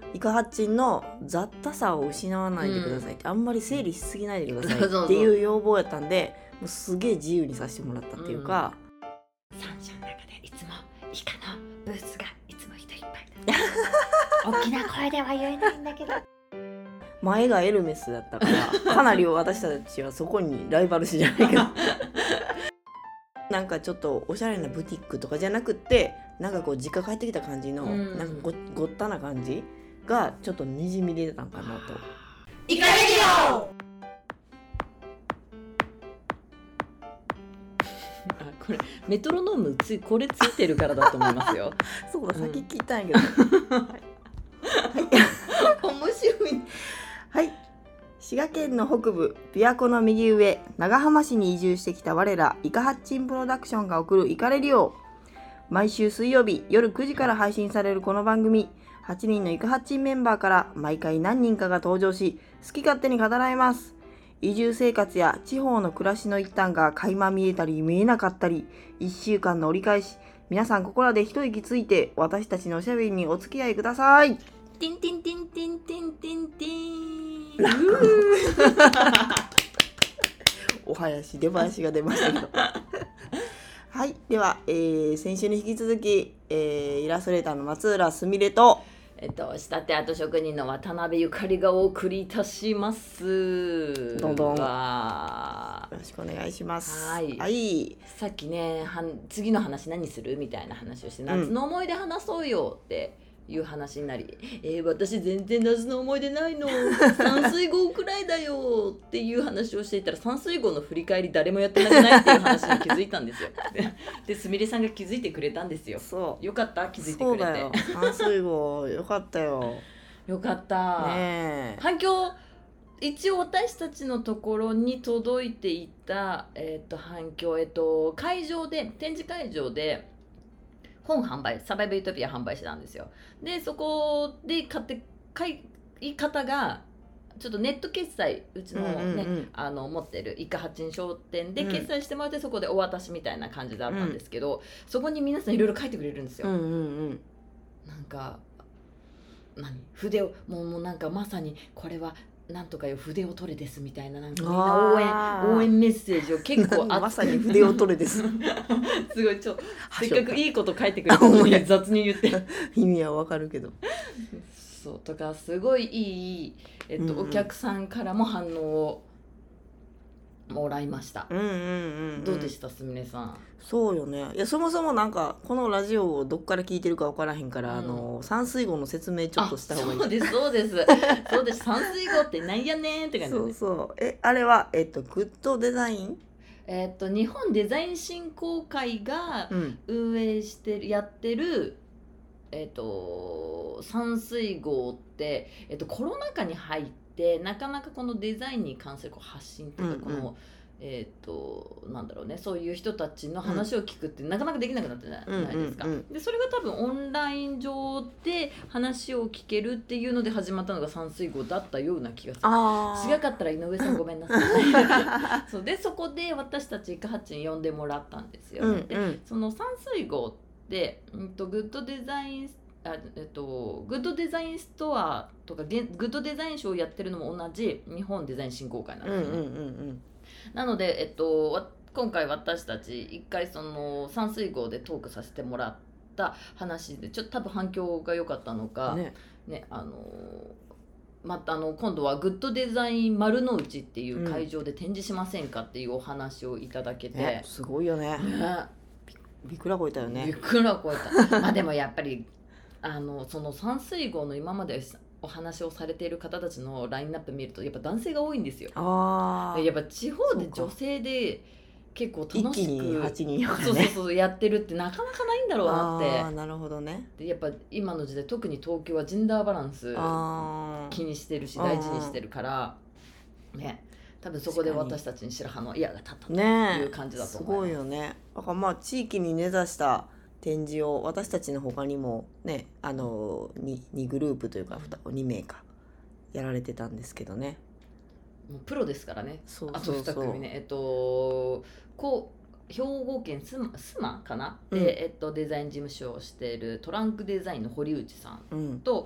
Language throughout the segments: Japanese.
イカハッチンの雑多さを失わないでくださいって、あんまり整理しすぎないでくださいっていう要望やったんで、もうすげえ自由にさせてもらったっていうか、 三社の中でいつもイカのブースがいつも人いっぱいだ大きな声では言えないんだけど前がエルメスだったからかなり私たちはそこにライバル視じゃないけどなんかちょっとおしゃれなブティックとかじゃなくって、なんかこう実家帰ってきた感じの、なんかごったな感じがちょっとにじみ出てたんかなと。 イカレディオこれメトロノームこれついてるからだと思いますよそうだ、先聞いたんやけど、 面白い。 はい、滋賀県の北部琵琶湖の右上長浜市に移住してきた我らイカハッチンプロダクションが送るイカレディオ。毎週水曜日夜9時から配信されるこの番組、8人のイカハッチンメンバーから毎回何人かが登場し、好き勝手に語られます。移住生活や地方の暮らしの一端が垣間見えたり見えなかったり、1週間の折り返し、皆さんここらで一息ついて私たちのおしゃべりにお付き合いください。 ティンティンティンティンティンティンティンお囃子出囃子が出ましたけどはい、では、先週に引き続き、イラストレーターの松浦すみれと仕立てアート職人の渡辺ゆかりがお送りいたします。 どんどんよわろしくお願いします。 はい、 はい、 さっきね次の話何するみたいな話をして、夏の思い出話そうよっていう話になり、私全然夏の思い出ないの山水号くらいだよっていう話をしていたら、山水号の振り返り誰もやってなくないっていう話に気づいたんですよですみれさんが気づいてくれたんですよ。 そうよかった、気づいてくれて。 そうだよ、山水号よかったよよかったね。 反響一応私たちのところに届いていた、反響、会場で展示会場で本販売、サバイバルユートピア販売してたんですよ。でそこで買い方がちょっとネット決済、うちのね、持ってるイカハチン商店で決済してもらって、そこでお渡しみたいな感じだったんですけど、そこに皆さんいろいろ書いてくれるんですよ。なんか筆をもうなんかまさにこれはなんとかよ筆を取れですみたいな、なんかみんな応援メッセージを結構まさに筆を取れですすごいせっかくいいこと書いてくれたのに雑に言って意味はわかるけどそうとか、すごいいい、お客さんからも反応をもらいました。どうでしたすみれさん。 そうよね。いや、そもそもなんかこのラジオをどっから聞いてるか分からへんから、山水号の説明ちょっとした方がいい。 そうですそうですそうです。山水号ってなんやねんって感じで、ね、 そうあれはグッドデザイン、 日本デザイン振興会が運営してる、やってる山水号って、コロナ禍に入ってなかなかこのデザインに関する発信とか、このなんだろうね、そういう人たちの話を聞くってなかなかできなくなったじゃないですか。でそれが多分オンライン上で話を聞けるっていうので始まったのが山水号だったような気がする。違かったら井上さんごめんなさいそうで、そこで私たちイカハチン呼んでもらったんですよね。でその山水号ってグッドデザイングッドデザインストアとかグッドデザイン賞をやってるのも同じ日本デザイン振興会なんですね。なので、今回私たち一回その山水号でトークさせてもらった話でちょっと多分反響が良かったのか、また今度はグッドデザイン丸の内っていう会場で展示しませんかっていうお話をいただけて、 すごいよね。びっくらこいたよね。 びっくらこいたまあでもやっぱりその山水号の今までお話をされている方たちのラインナップ見るとやっぱ男性が多いんですよ。やっぱ地方で女性で結構楽しく一気に8人やからね、そうやってるってなかなかないんだろうなって。 なるほどね。 でやっぱ今の時代特に東京はジェンダーバランス気にしてるし大事にしてるからね、多分そこで私たちに白羽の矢が立ったという感じだと思います。 すごいよね。だからまあ地域に根ざした展示を私たちの他にもね、2グループというか2名かやられてたんですけどね。 もうプロですからね。 そうあと2組ね、こ兵庫県須磨かな、 うんで、デザイン事務所をしているトランクデザインの堀内さんうんと、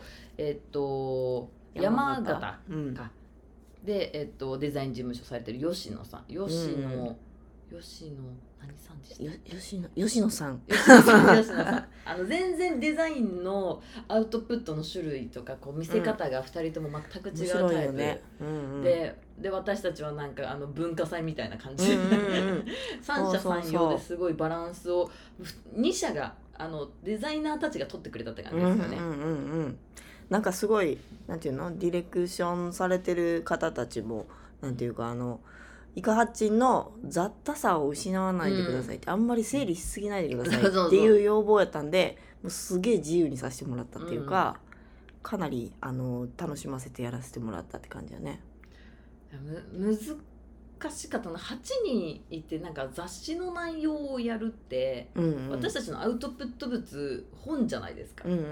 山形うんかで、デザイン事務所されてる吉野さん、吉野何さんでしたっけ？ 吉野さん吉野さん全然デザインのアウトプットの種類とかこう見せ方が2人とも全く違うタイプ、 ね、うんうん、 で私たちはなんか文化祭みたいな感じで、 うんうんうん、 三者三様ですごいバランスを2社がデザイナーたちが取ってくれたって感じですよね。 うんうんうんうん、なんかすごいなんていうのディレクションされてる方たちもなんていうかイカハッチンの雑多さを失わないでくださいって、あんまり整理しすぎないでくださいっていう要望やったんで、もうすげえ自由にさせてもらったっていうか、かなり楽しませてやらせてもらったって感じだね。 難しかったな。8人いてなんか雑誌の内容をやるって、 うんうん、 私たちのアウトプット物本じゃないですか、 うんうんうん、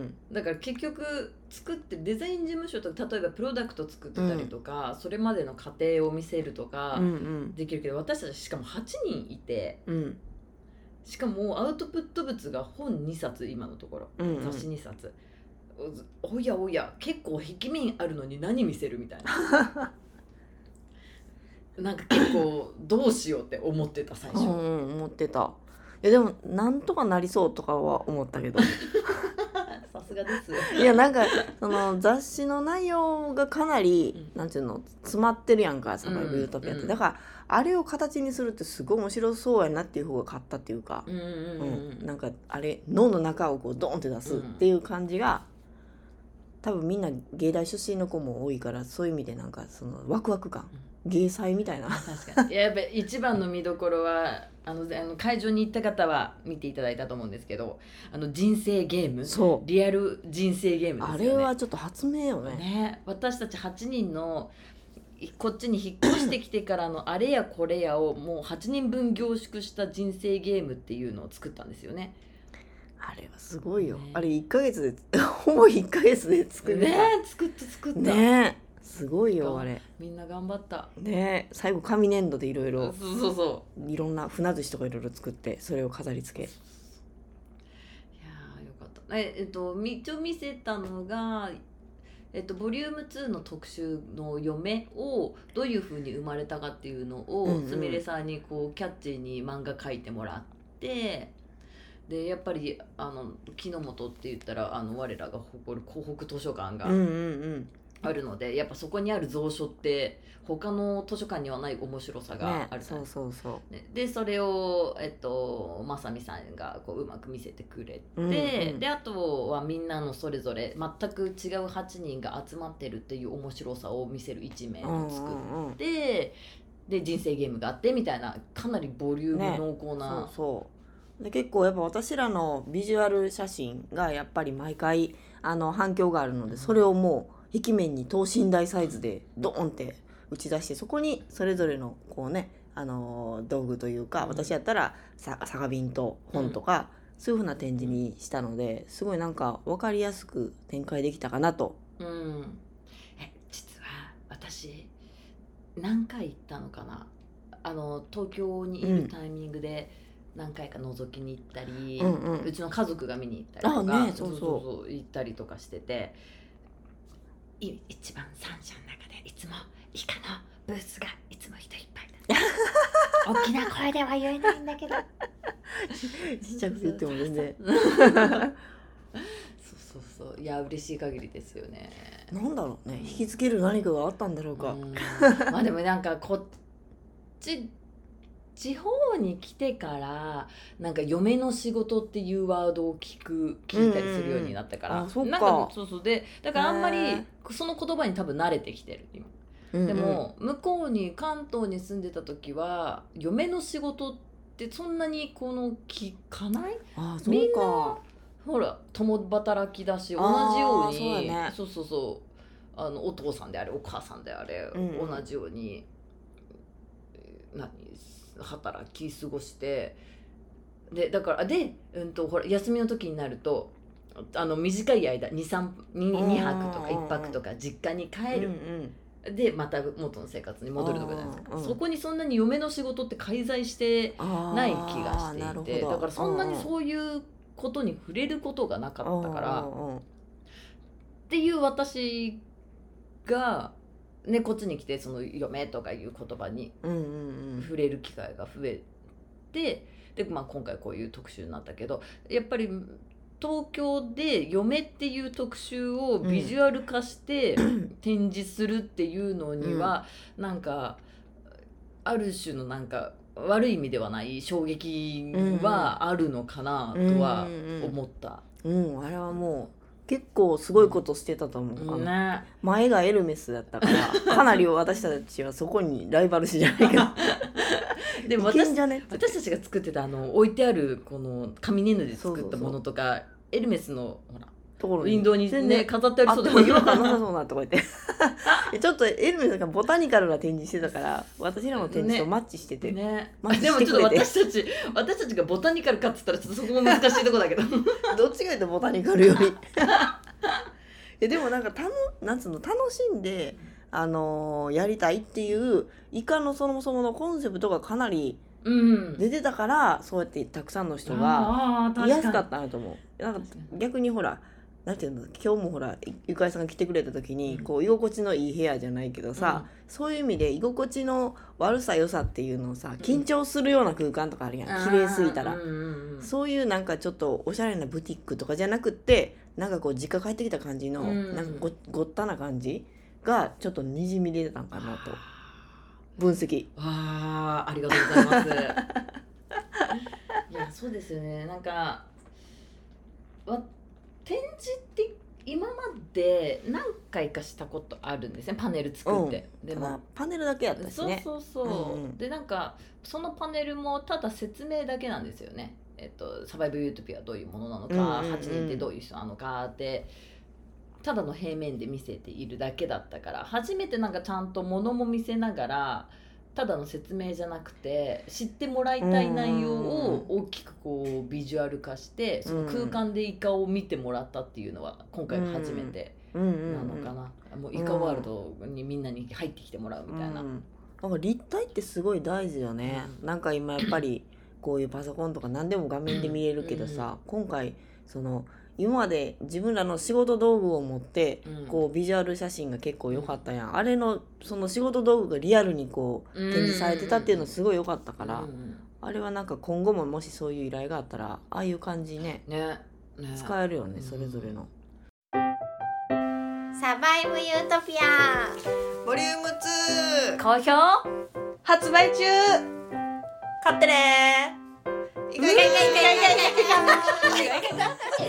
だから結局作ってデザイン事務所とか例えばプロダクト作ってたりとか、それまでの過程を見せるとかできるけど、私たちしかも8人いて、しかもアウトプット物が本2冊今のところ、雑誌2冊、おやおや結構壁面あるのに何見せるみたいななんか結構どうしようって思ってた最初、 思ってた。いやでもなんとかなりそうとかは思ったけどさすがですいやなんかその雑誌の内容がかなり、なんていうの詰まってるやんか、サバイバルユートピアって、だからあれを形にするってすごい面白そうやなっていう方が勝ったっていうか、なんかあれ脳の中をこうドーンって出すっていう感じが、多分みんな芸大出身の子も多いから、そういう意味でなんかそのワクワク感、芸祭みたいな。 確かにやっぱ一番の見どころは会場に行った方は見ていただいたと思うんですけど、人生ゲーム、 そうリアル人生ゲームですよね。 あれはちょっと発明よね。 私たち8人のこっちに引っ越してきてからのあれやこれやをもう8人分凝縮した人生ゲームっていうのを作ったんですよね。 あれはすごいよ、あれ1ヶ月でほぼ1ヶ月で作れた作ったね、すごいよあれ。 みんな頑張ったね、最後紙粘土でいろいろそういろんな船寿司とかいろいろ作ってそれを飾り付け。 いやーよかった。一応見せたのがボリューム2の特集の嫁をどういう風に生まれたかっていうのをすみれさんにこうキャッチーに漫画描いてもらって、でやっぱり木の本って言ったら我らが誇る港北図書館があるので、やっぱそこにある蔵書って他の図書館にはない面白さがあるじゃないですか、でそれをまさみさんがこううまく見せてくれて、であとはみんなのそれぞれ全く違う8人が集まってるっていう面白さを見せる一面を作って、で人生ゲームがあってみたいな、かなりボリューム濃厚な、 で結構やっぱ私らのビジュアル写真がやっぱり毎回反響があるので、それをもう壁面に等身大サイズでドーンって打ち出して、そこにそれぞれのこうね道具というか、私やったら酒瓶と本とか、そういう風な展示にしたので、すごいなんか分かりやすく展開できたかなと。 実は私何回行ったのかな、東京にいるタイミングで何回か覗きに行ったり、うちの家族が見に行ったりとか、そう行ったりとかしてて、一番三社の中でいつもイカのブースがいつも人いっぱいだ大きな声では言えないんだけどちっちゃく言っても全然そういや嬉しい限りですよね。 なんだろうね、引きつける何かがあったんだろうか。 まあでもなんかこっち地方に来てからなんか嫁の仕事っていうワードを聞いたりするようになったから、なんかそうで、だからあんまりその言葉に多分慣れてきてる今。でも向こうに関東に住んでた時は嫁の仕事ってそんなに聞かない？みんなほら共働きだし、同じようにお父さんであれお母さんであれ、同じように働き過ごして、でだからほら休みの時になると短い間2泊とか1泊とか実家に帰る、 でまた元の生活に戻るとかじゃないですか、 うん、 そこにそんなに嫁の仕事って介在してない気がしていて、だからそんなにそういうことに触れることがなかったから、っていう私が、ね、こっちに来てその嫁とかいう言葉に触れる機会が増えて、で、まあ、今回こういう特集になったけど、やっぱり東京で嫁っていう特集をビジュアル化して展示するっていうのには、なんかある種のなんか悪い意味ではない衝撃はあるのかなとは思った。 あれはもう結構すごいことしてたと思う、 ね、 前がエルメスだったからかなり私たちはそこにライバル視じゃないけどでも私たちが作ってた置いてあるこの紙布で作ったものとか、エルメスのほらところウィンドウにね飾ってありそうでも違和感なさそうなとか言ってちょっとエルメスがボタニカルな展示してたから私らの展示とマッチしてて、 ね、 マッチしてくれて、 でもちょっと私たちがボタニカルかっつったらちょっとそこも難しいとこだけどどっちが言うとボタニカルよりでもなんかなんつうの楽しんで、やりたいっていうイカのそもそものコンセプトがかなり出てたから、そうやってたくさんの人がいやすかったなと思う。なんか逆にほらなんていうの、今日もほらゆかりさんが来てくれた時に、こう居心地のいい部屋じゃないけどさ、そういう意味で居心地の悪さ良さっていうのをさ、緊張するような空間とかあるやん、綺麗すぎたら、そういうなんかちょっとおしゃれなブティックとかじゃなくって、なんかこう実家帰ってきた感じの、なんかごったな感じがちょっとにじみ出てたんかなと分析。 ありがとうございますいやそうですよね。なんか展示って今まで何回かしたことあるんですね、パネル作って、でもパネルだけやったしね。 でなんかそのパネルもただ説明だけなんですよね。サバイブユートピアはどういうものなのか、8人ってどういう人なのかってただの平面で見せているだけだったから、初めてなんかちゃんと物も見せながらただの説明じゃなくて知ってもらいたい内容を大きくこうビジュアル化してその空間でイカを見てもらったっていうのは今回初めてなのかな。もうイカワールドにみんなに入ってきてもらうみたいな、 なんか立体ってすごい大事よね、なんか今やっぱりこういうパソコンとか何でも画面で見れるけどさ、今回その今まで自分らの仕事道具を持って、こうビジュアル写真が結構良かったやん、あれのその仕事道具がリアルにこう展示されてたっていうのすごい良かったから、あれはなんか今後ももしそういう依頼があったらああいう感じね使えるよね、それぞれの。 サバイブユートピアボリューム2 好評発売中、 買ってねいかいかいかいかいかいかいかい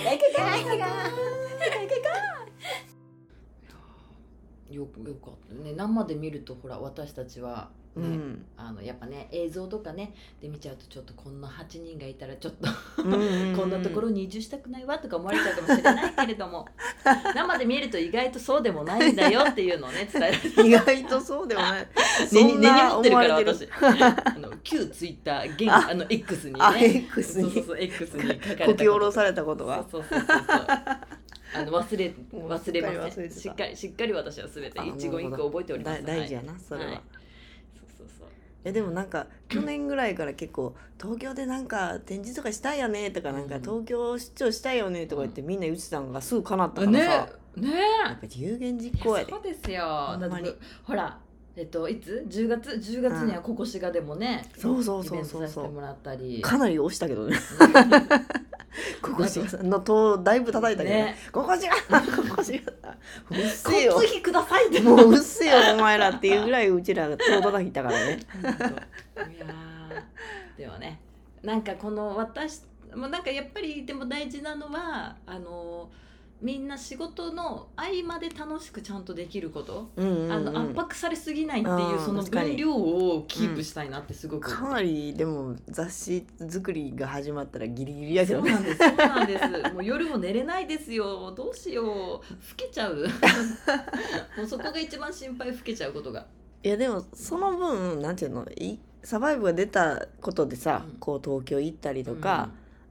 よかったね。生で見るとほら私たちはね、やっぱね映像とかねで見ちゃうとちょっとこんな8人がいたらちょっとこんなところに移住したくないわとか思われちゃうかもしれないけれども生で見ると意外とそうでもないんだよっていうのをね伝えられる。 意外とそうでもない根に持ってるから私旧ツイッターX にね X にそう X に書かれたこき下ろされたことがそう忘れません。しっかり私は全て一言一句覚えております。 大事やなそれは、 そうでもなんか去年ぐらいから結構東京でなんか展示とかしたいよねとか、なんか東京出張したいよねとか言ってみんな言ってたのがすぐ叶ったからさ、やっぱ有言実行やで。 そうですよ。だってほらいつ10月にはここしがでもね、 そうイベントさせてもらったり、 かなり押したけどねここしがさんの塔だいぶ叩いたけどね、ここしがうっせえよ、 交通費くださいってもううっせえよお前らっていうぐらいうちらが塔叩いたからねいやでもね、なんかこの私もなんかやっぱりでも大事なのはみんな仕事の合間で楽しくちゃんとできること、圧迫されすぎないっていうその分量をキープしたいなってすごく、 かなりでも雑誌作りが始まったらギリギリやけどね。そうなんですもう夜も寝れないですよ、どうしよう、老けちゃうもうそこが一番心配、老けちゃうことが。 いやでもその分なんていうの、サバイブが出たことでさ、こう東京行ったりとか、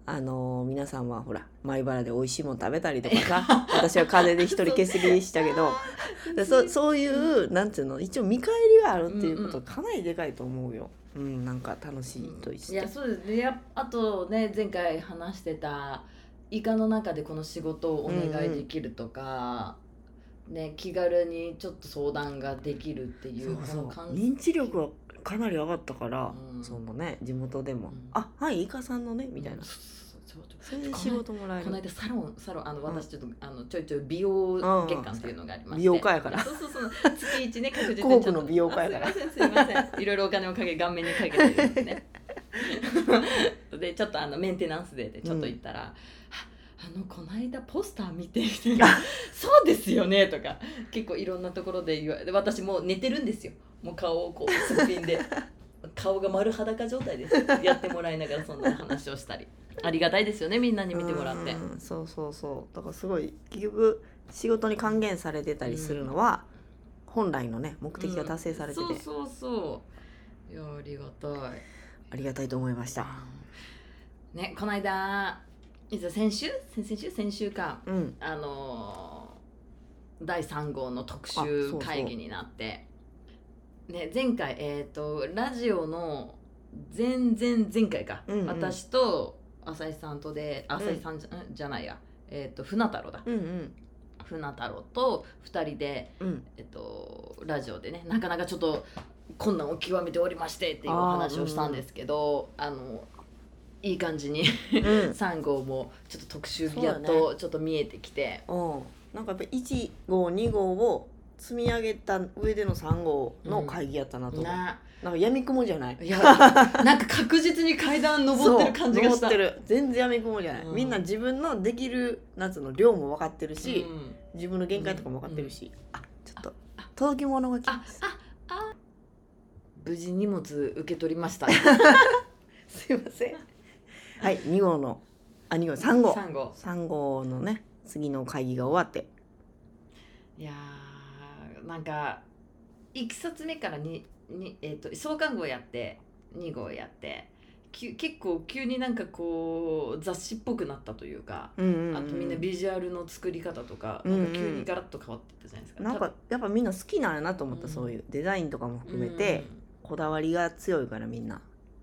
皆さんはほら米原で美味しいもの食べたりとかさ私は風邪で一人欠席したけどそういうなんていうの一応見返りがあるっていうことかなりでかいと思うよ。なんか楽しいとして、 いやそうですね。あとね前回話してたイカの中でこの仕事をお願いできるとか、ね、気軽にちょっと相談ができるっていうこの感じ認知力はかなり上がったから、 うんね地元でも、 うんあはいイカさんのねみたいな、そういう仕事もらえる。 この間サロン私ちょっとちょいちょい美容月間っていうのがありまして、 美容家やからそう月一ね確実に広告の美容家やからすいませんいろいろお金を顔面にかけてるんですねでちょっとメンテナンスデーでちょっと行ったら、この間ポスター見てみたいなそうですよねとか結構いろんなところで言われて、私もう寝てるんですよ。もう顔をこうすっぴんで顔が丸裸状態ですやってもらいながらそんな話をしたりありがたいですよねみんなに見てもらって。 そうだからすごい結局仕事に還元されてたりするのは、本来のね目的が達成されてて、 そういやありがたいありがたいと思いました。 ね、この間先週か、第3号の特集会議になってね、前回ラジオの前回か、私と浅井さんとで浅井さんじゃないや船太郎だ、船太郎と2人で、ラジオでねなかなかちょっと困難を極めておりましてっていうお話をしたんですけど、いい感じに3号もちょっと特集日やっとちょっと見えてきて、 なんかやっぱ1号2号を積み上げた上での3号の会議やったなと思う、なんか闇雲じゃない、 いやなんか確実に階段登ってる感じがした。 登ってる、全然闇雲じゃない、みんな自分のできる夏の量も分かってるし、自分の限界とかも分かってるし、ちょっと届き物が来ます。 無事荷物受け取りましたすいませんはい3号3号のね次の会議が終わって、 いやーなんか1冊目から創刊号やって2号やって結構急になんかこう雑誌っぽくなったというか、あとみんなビジュアルの作り方とか、なんか急にガラッと変わっていったじゃないですか。 なんかやっぱみんな好きなんやなと思った、そういうデザインとかも含めて、こだわりが強いからみんな。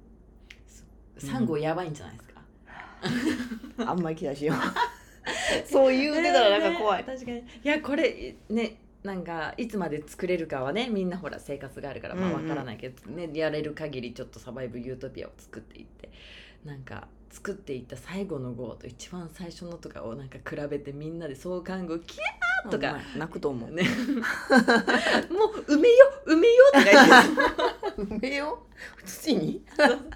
3号やばいんじゃないですか、 あんまり期待しようそう言うてたらなんか怖い、 確かに。いやこれねなんかいつまで作れるかはねみんなほら生活があるからわからないけど、ねやれる限りちょっとサバイブユートピアを作っていって、なんか作っていった最後の号と一番最初のとかをなんか比べてみんなで創刊号キャーとか泣くと思うねもう埋めよとか言って埋めよ土になか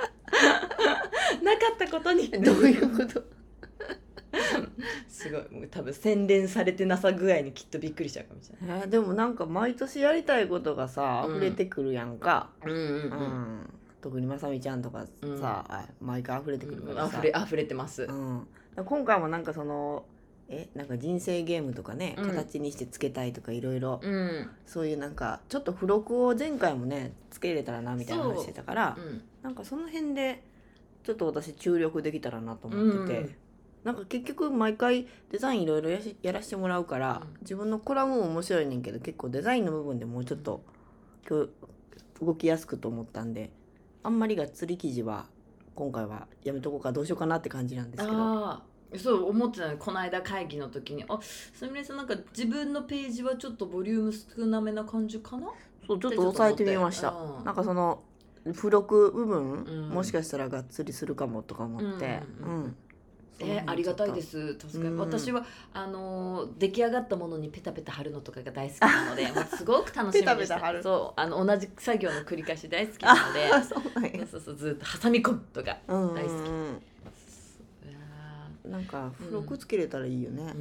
ったことにどういうことすごいもう多分洗練されてなさ具合にきっとびっくりしちゃうかもしれない。 でもなんか毎年やりたいことがさ溢れてくるやんか、特にまさみちゃんとかさ、毎回溢れてくるからさ、 溢れてます、 今回もなんかそのなんか人生ゲームとかね、形にしてつけたいとかいろいろそういうなんかちょっと付録を前回もねつけれたらなみたいな話してたから、なんかその辺でちょっと私注力できたらなと思ってて、なんか結局毎回デザインいろいろやらせてもらうから、自分のコラムも面白いねんけど結構デザインの部分でもうちょっと動きやすくと思ったんで、あんまりがっつり記事は今回はやめとこうかどうしようかなって感じなんですけど。 そう思ってたのこの間会議の時にすみれさんなんか自分のページはちょっとボリューム少なめな感じかな。 そうちょっと抑えてみました。なんかその付録部分、もしかしたらがっつりするかもとか思って、 ありがたいです。確かに、私は出来上がったものにペタペタ貼るのとかが大好きなのですごく楽しみでした。そう同じ作業の繰り返し大好きなのでそうずっと挟み込むとか大好き。 なんか付録つけれたらいいよね。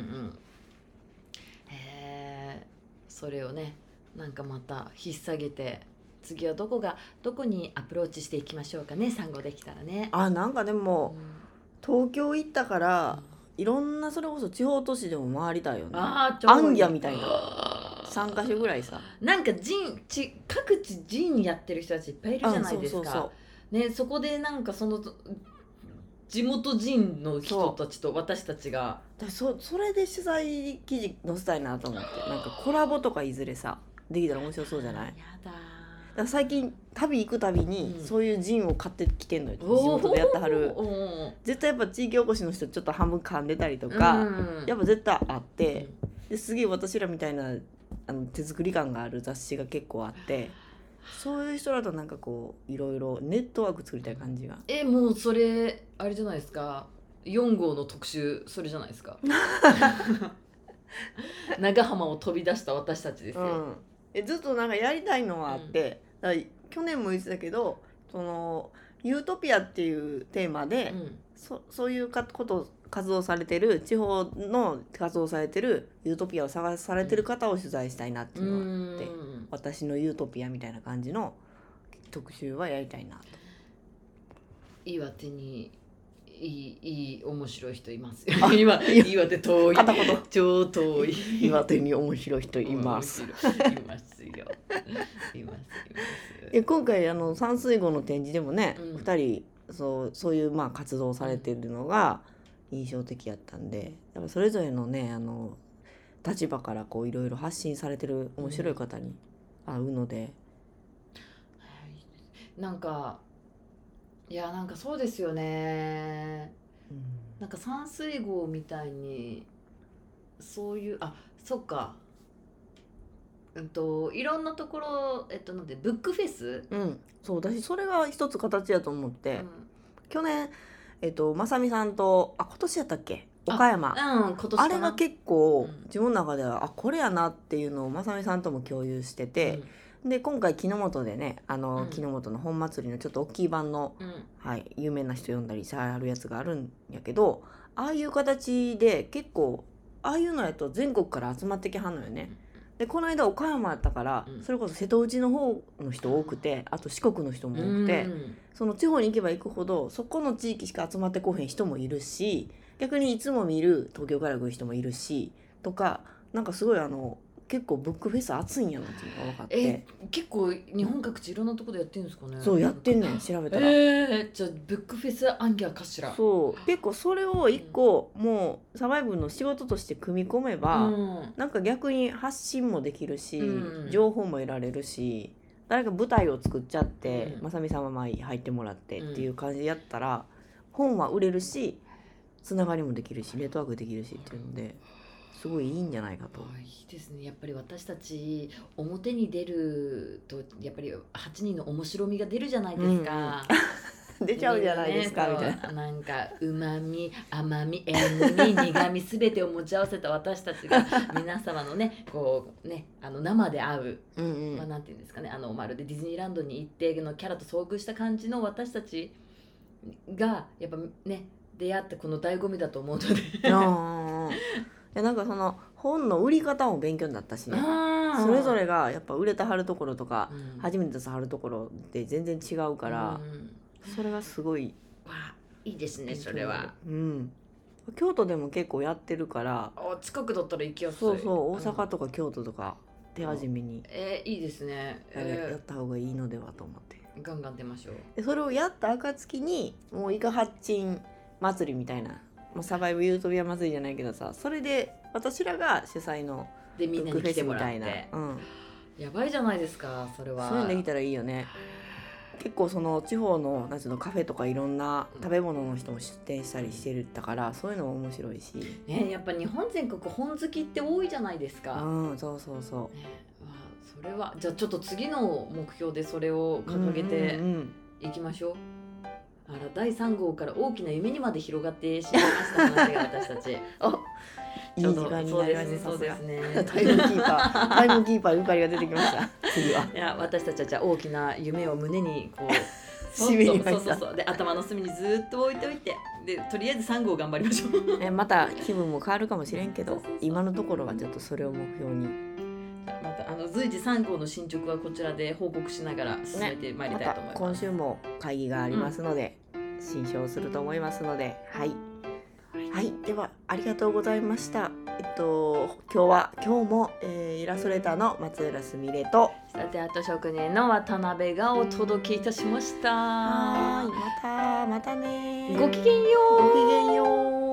それをねなんかまた引っ提げて次はどこにアプローチしていきましょうかね、産後できたらね。 なんかでも、東京行ったから、いろんなそれこそ地方都市でも回りたいよね。アンギャみたいな3カ所ぐらいさ、 なんか各地ジンやってる人たちいっぱいいるじゃないですか。ね、そこでなんかその地元人の人たちと私たちがだからそれで取材記事載せたいなと思って、なんかコラボとかいずれさできたら面白そうじゃない？ やだだから最近旅行くたびにうんそういうジンを買ってきてんのよ、地おー元でやってはる。 お絶対やっぱ地域おこしの人ちょっと半分噛んでたりとーか、 うんやっぱ絶対あって、ですげえ私らみたいな手作り感がある雑誌が結構あって、そういう人らとなんかこういろいろネットワーク作りたい感じが。 もうそれあれじゃないですか、4号の特集それじゃないですか長浜を飛び出した私たちですよ、 ずっとなんかやりたいのはあって、だから去年も言ってたけど、そのユートピアっていうテーマで、そういうことを活動されてる地方の活動されてるユートピアを探されてる方を取材したいなっていうのがあって、私のユートピアみたいな感じの特集はやりたいなと。 岩手にいい面白い人いますよ岩手遠い片言超遠い岩手に面白い人いますいますよいます今回山水号の展示でもね、 うん 2人そういうまあ活動されてるのが印象的やったんで、やっぱそれぞれのね立場からこういろいろ発信されてる面白い方に会うので、 なんかいやなんかそうですよね。なんか山水号みたいにそういうそっかいろんなところなんでブックフェス、 そうだし、それが一つ形やと思って、去年まさみさんと今年やったっけ、岡山、 今年かなあれが結構自分の中ではこれやなっていうのをまさみさんとも共有してて、で今回木之本でね木之本の本祭りのちょっと大きい版の、有名な人呼んだりされるやつがあるんやけど、ああいう形で結構ああいうのやと全国から集まってきはんのよね。でこの間岡山やったから、それこそ瀬戸内の方の人多くて、あと四国の人も多くて、その地方に行けば行くほどそこの地域しか集まってこへん人もいるし、逆にいつも見る東京から来る人もいるしとか、なんかすごい結構ブックフェス熱いんやなっていうのが分かって、 結構日本各地いろんなところでやってるんですかね。 そうやってんねん、調べたら。 じゃあブックフェスアンギャーかしら。 そう結構それを一個、もうサバイブの仕事として組み込めば、なんか逆に発信もできるし、情報も得られるし、誰か舞台を作っちゃって、まさみさんは前入ってもらってっていう感じでやったら、本は売れるしつながりもできるしネットワークできるしっていうのですごいいいんじゃないかと。 いいですね。やっぱり私たち表に出るとやっぱり8人の面白みが出るじゃないですか、 出ちゃうじゃないですかみたいな。 なんかうまみ甘み塩味苦みすべてを持ち合わせた私たちが皆様のねこうね生で会う、なんていうんですかね、まるでディズニーランドに行ってのキャラと遭遇した感じの私たちがやっぱね出会ってこの醍醐味だと思うのでなんかその本の売り方も勉強になったしね。それぞれがやっぱ売れたはるところとか、初めて出さはるところって全然違うから、それがすごいいいですね。それは、 京都でも結構やってるから、 近くだったら行きやすい。 そう大阪とか京都とか手始めにいいですね、 やった方がいいのではと思って、 ガンガン出ましょう。 でそれをやった暁にもうイカ八珍祭りみたいな、サバイブユートピア祭りじゃないけどさ、それで私らが主催のでみんなに来てもらってブックフェスみたいな、 やばいじゃないですかそれは。 そういうのできたらいいよね。結構その地方のなんていうのカフェとかいろんな食べ物の人も出店したりしてるだから、そういうのも面白いし、 やっぱ日本全国本好きって多いじゃないですか。 そう、 それはじゃあちょっと次の目標でそれを掲げていきましょう。第3号から大きな夢にまで広がってしまいました話が私たちいい時間になりました。 そうですねタイムキーパーゆかりが出てきました。次は。 いや私たちはじゃあ大きな夢を胸にこう締めにました。 そうで頭の隅にずっと置いておいて、でとりあえず3号頑張りましょう。 また気分も変わるかもしれんけど、今のところはちょっとそれを目標に。 また随時3号の進捗はこちらで報告しながら進めてまいりたいと思います。 今週も会議がありますので、新章すると思いますので、はい。 はいではありがとうございました。今日も、イラストレーターの松浦すみれと仕立てアート職人の渡辺がお届けいたしました。 またねごきげんよう。 ごきげんよう。